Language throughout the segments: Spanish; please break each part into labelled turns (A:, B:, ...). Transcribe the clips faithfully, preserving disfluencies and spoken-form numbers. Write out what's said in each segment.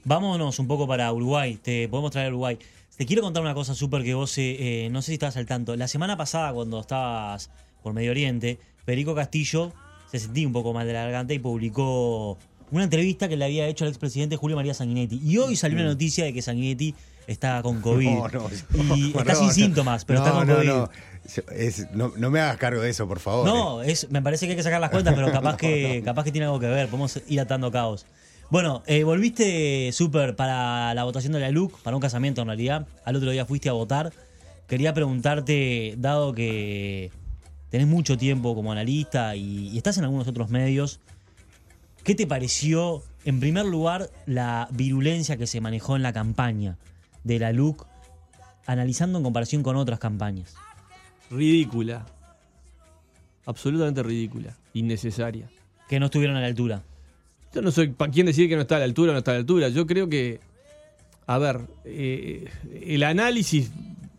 A: Vámonos un poco para Uruguay, te podemos traer a Uruguay. Te quiero contar una cosa súper que vos, eh, eh, no sé si estabas al tanto. La semana pasada, cuando estabas por Medio Oriente, Perico Castillo se sentía un poco mal de la garganta y publicó una entrevista que le había hecho al expresidente Julio María Sanguinetti. Y hoy salió una noticia de que Sanguinetti está con COVID.
B: No, no,
A: y
B: no,
A: está
B: no,
A: sin
B: no,
A: síntomas, pero
B: no,
A: está con
B: no,
A: COVID.
B: No, es, no, no me hagas cargo de eso, por favor.
A: No, es, me parece que hay que sacar las cuentas, pero capaz que, capaz que tiene algo que ver. Podemos ir atando cabos. Bueno, eh, volviste súper para la votación de la L U C, para un casamiento en realidad. Al otro día fuiste a votar. Quería preguntarte, dado que tenés mucho tiempo como analista y, y estás en algunos otros medios, ¿qué te pareció, en primer lugar, la virulencia que se manejó en la campaña de la L U C, analizando en comparación con otras campañas?
C: Ridícula. Absolutamente ridícula. Innecesaria.
A: Que no estuvieron a la altura.
C: Yo no soy para quién decir que no está a la altura o no está a la altura. Yo creo que, a ver, eh, el análisis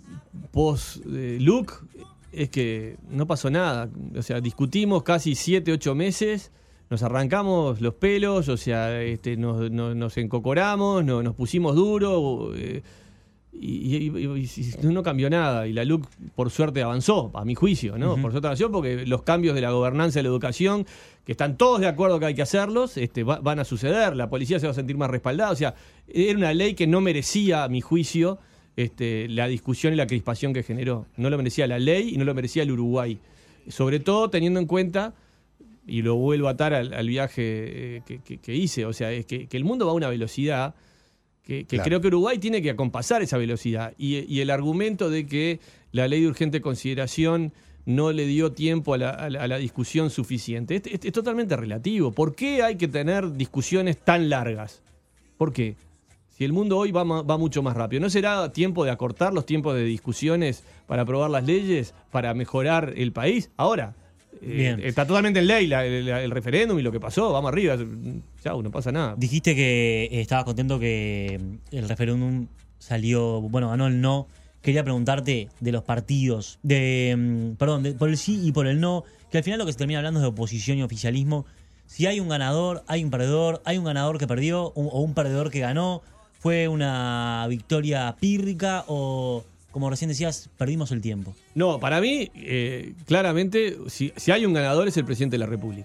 C: post-look es que no pasó nada. O sea, discutimos casi siete, ocho meses, nos arrancamos los pelos, o sea, este, nos, nos, nos encocoramos, nos, nos pusimos duro, eh, y, y, y, y no cambió nada. Y la L U C, por suerte, avanzó, a mi juicio, ¿no? Uh-huh. Por suerte avanzó porque los cambios de la gobernanza de la educación, que están todos de acuerdo que hay que hacerlos, este, va, van a suceder. La policía se va a sentir más respaldada. O sea, era una ley que no merecía, a mi juicio, este, la discusión y la crispación que generó. No lo merecía la ley y no lo merecía el Uruguay. Sobre todo teniendo en cuenta, y lo vuelvo a atar al, al viaje eh, que, que, que hice, o sea, es que, que el mundo va a una velocidad que, que claro. Creo que Uruguay tiene que acompasar esa velocidad. Y, y el argumento de que la ley de urgente consideración no le dio tiempo a la, a la, a la discusión suficiente. Es, es, es totalmente relativo. ¿Por qué hay que tener discusiones tan largas? ¿Por qué? Si el mundo hoy va, va mucho más rápido. ¿No será tiempo de acortar los tiempos de discusiones para aprobar las leyes, para mejorar el país? Ahora, eh, está totalmente en ley la, la, el referéndum y lo que pasó. Vamos arriba. Chau, no pasa nada.
A: Dijiste que eh, estabas contento que el referéndum salió, bueno, ganó el no. Quería preguntarte de los partidos, de perdón, de, por el sí y por el no, que al final lo que se termina hablando es de oposición y oficialismo. Si hay un ganador, hay un perdedor, hay un ganador que perdió un, o un perdedor que ganó. ¿Fue una victoria pírrica o, como recién decías, perdimos el tiempo?
C: No, para mí, eh, claramente, si, si hay un ganador es el presidente de la República.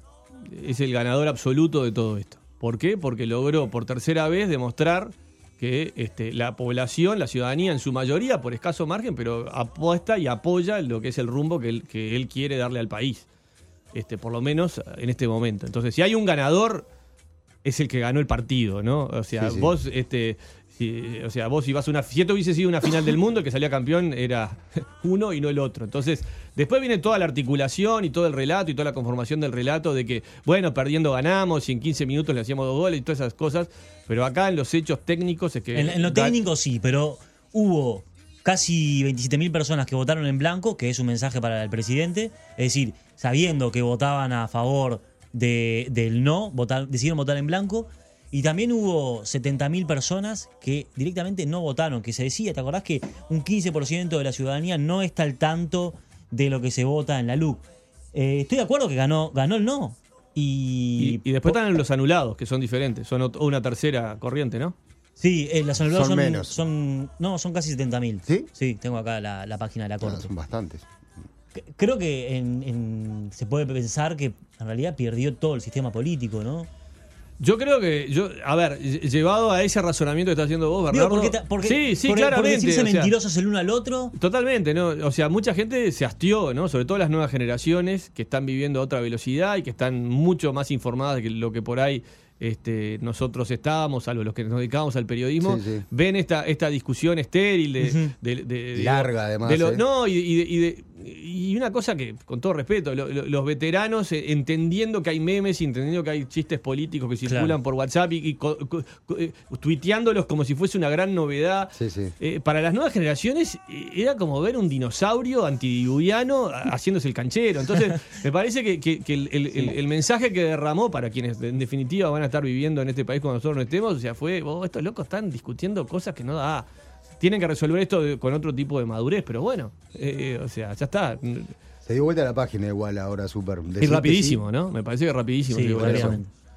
C: Es el ganador absoluto de todo esto. ¿Por qué? Porque logró por tercera vez demostrar que este, la población, la ciudadanía en su mayoría, por escaso margen, pero apuesta y apoya lo que es el rumbo que él, que él quiere darle al país, este, por lo menos en este momento. Entonces, si hay un ganador, es el que ganó el partido, ¿no? O sea, sí, sí. vos, este, si, o sea, vos si vas a una, si esto hubiese sido una final del mundo, el que salía campeón era uno y no el otro. Entonces, después viene toda la articulación y todo el relato y toda la conformación del relato de que, bueno, perdiendo ganamos y en quince minutos le hacíamos dos goles y todas esas cosas. Pero acá en los hechos técnicos es que...
A: En, en lo técnico sí, pero hubo casi veintisiete mil personas que votaron en blanco, que es un mensaje para el presidente. Es decir, sabiendo que votaban a favor de, del no, votar, decidieron votar en blanco. Y también hubo setenta mil personas que directamente no votaron, que se decía, ¿te acordás que un quince por ciento de la ciudadanía no está al tanto de lo que se vota en la L U C? Eh, estoy de acuerdo que ganó, ganó el no. Y,
C: y, y después están los anulados, que son diferentes, son una tercera corriente, ¿no?
A: Sí, eh, los anulados
B: son,
A: son,
B: menos.
A: son no, son casi setenta mil.
B: ¿Sí?
A: Sí, tengo acá la, la página de la Corte.
B: Ah, son bastantes.
A: Creo que en, en, se puede pensar que en realidad perdió todo el sistema político, ¿no?
C: Yo creo que, yo a ver, llevado a ese razonamiento que está haciendo vos, Bernardo...
A: Digo, porque, porque,
C: sí, sí,
A: por,
C: claramente.
A: Por decirse
C: o sea,
A: mentirosos el uno al otro.
C: Totalmente, ¿no? O sea, mucha gente se hastió, ¿no? Sobre todo las nuevas generaciones que están viviendo a otra velocidad y que están mucho más informadas de lo que por ahí este, nosotros estábamos, salvo los que nos dedicábamos al periodismo, sí, sí. ven esta, esta discusión estéril de...
A: Uh-huh.
C: de, de, de
B: larga,
C: de,
B: además.
C: De lo,
B: ¿eh?
C: No, y, y, de, y, de, y una cosa que, con todo respeto, lo, lo, los veteranos eh, entendiendo que hay memes y entendiendo que hay chistes políticos que circulan claro. por WhatsApp y, y co, co, co, eh, tuiteándolos como si fuese una gran novedad.
B: Sí, sí.
C: Eh, para las nuevas generaciones eh, era como ver un dinosaurio antidiluviano haciéndose el canchero. Entonces, me parece que, que, que el, el, el, el mensaje que derramó para quienes en definitiva van a estar viviendo en este país cuando nosotros no estemos, o sea, fue, oh, estos locos están discutiendo cosas que no da. Tienen que resolver esto de, con otro tipo de madurez, pero bueno, eh, o sea, ya está.
B: Se dio vuelta a la página igual ahora, súper.
C: Y rapidísimo, sí. ¿no? Me parece que rapidísimo.
A: Sí,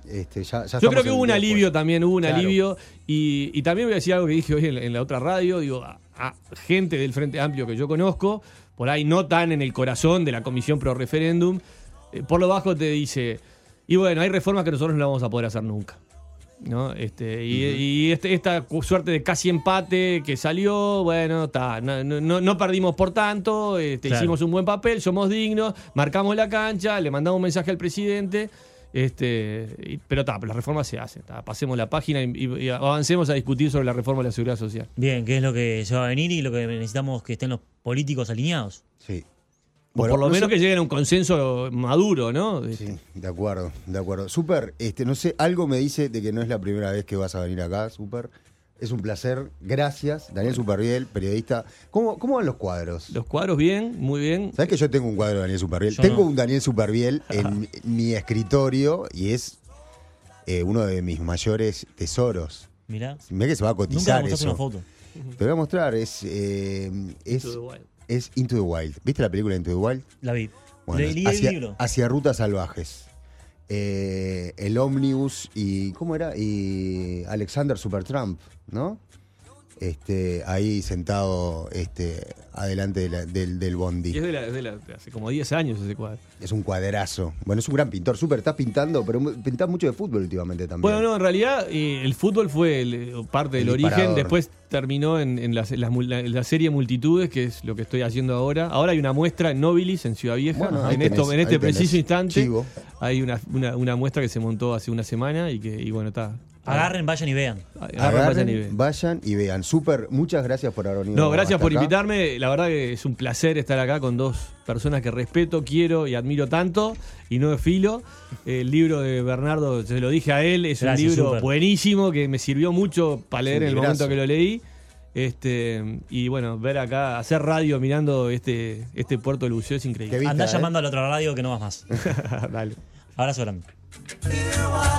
B: Este, ya, ya
C: Yo creo que
B: en
C: hubo un
B: el
C: alivio
B: después.
C: también, hubo un
B: Claro.
C: alivio. Y, y también voy a decir algo que dije hoy en, en la otra radio. Digo, a, a gente del Frente Amplio que yo conozco, por ahí no tan en el corazón de la Comisión Pro Referéndum, eh, por lo bajo te dice, y bueno, hay reformas que nosotros no las vamos a poder hacer nunca. ¿No? Este, y
B: Ujú.
C: y este, esta suerte de casi empate que salió, bueno, está, no, no, no perdimos por tanto, este,
A: Claro.
C: hicimos un buen papel, somos dignos, marcamos la cancha, le mandamos un mensaje al presidente, este, y- pero está, las reformas se hacen, ta, pasemos la página y, y- y avancemos a discutir sobre la reforma de la seguridad social.
A: Bien, ¿qué es lo que se va a venir y lo que necesitamos que estén los políticos alineados?
B: Sí.
C: O por lo
B: no
C: menos
B: sé-
C: que lleguen a un consenso maduro, ¿no? Este,
B: Sí, de acuerdo, de acuerdo. Super, este, no sé, algo me dice de que no es la primera vez que vas a venir acá, Super. Es un placer, gracias. Daniel Superviel, periodista. ¿Cómo, cómo van los cuadros?
C: Los cuadros bien, muy bien.
B: ¿Sabes que yo tengo un cuadro de Daniel Superviel?
A: Yo
B: Tengo
A: no.
B: un Daniel Superviel en mi, mi escritorio y es eh, uno de mis mayores tesoros.
A: Mirá.
B: Mirá que se va a
A: Nunca me
B: cotizar
A: mostraste
B: eso.
A: una foto.
B: Te voy a mostrar, es, eh, es,
C: To the wild.
B: es Into the Wild. ¿Viste la película Into the Wild?
A: La vi.
B: Bueno,
A: Leí
B: hacia,
A: el libro.
B: hacia Rutas Salvajes. Eh, el ómnibus y. ¿Cómo era? Y Alexander Supertramp, ¿no? Este, ahí sentado este, adelante de la- del, del bondi.
C: Y es de, la, de, la- de hace como diez años ese cuadro.
B: Es un cuadrazo. Bueno, es un gran pintor. Super, estás pintando, pero mu- pintás mucho de fútbol últimamente también.
C: Bueno, no, en realidad eh, el fútbol fue el- parte del
B: El
C: origen,
B: disparador.
C: después terminó en, en las- las mul- la, la serie Multitudes, que es lo que estoy haciendo ahora. Ahora hay una muestra en Nobilis, en Ciudad Vieja.
B: Bueno, ahí
C: en, esto,
B: tenés,
C: en este
B: ahí tenés.
C: preciso instante
B: Chivo.
C: hay una, una, una muestra que se montó hace una semana y que y bueno, está.
A: Agarren, vayan y vean.
C: Agarren,
B: Agarren,
C: vayan y vean.
B: vayan y vean. Super, muchas gracias por haber venido.
C: No, gracias
B: hasta
C: por
B: acá.
C: invitarme. La verdad que es un placer estar acá con dos personas que respeto, quiero y admiro tanto, y no de filo. El libro de Bernardo, se lo dije a él, es
A: Gracias,
C: un libro
A: súper.
C: buenísimo que me sirvió mucho para leer
B: un
C: en el momento
B: librazo.
C: que lo leí. Este, y bueno, ver acá, hacer radio mirando este, este puerto de Lucio es
B: Qué
C: increíble.
B: vista,
A: Andá
B: ¿eh?
A: llamando a la otra radio que no vas más.
C: Dale.
A: Abrazo grande.
D: Here I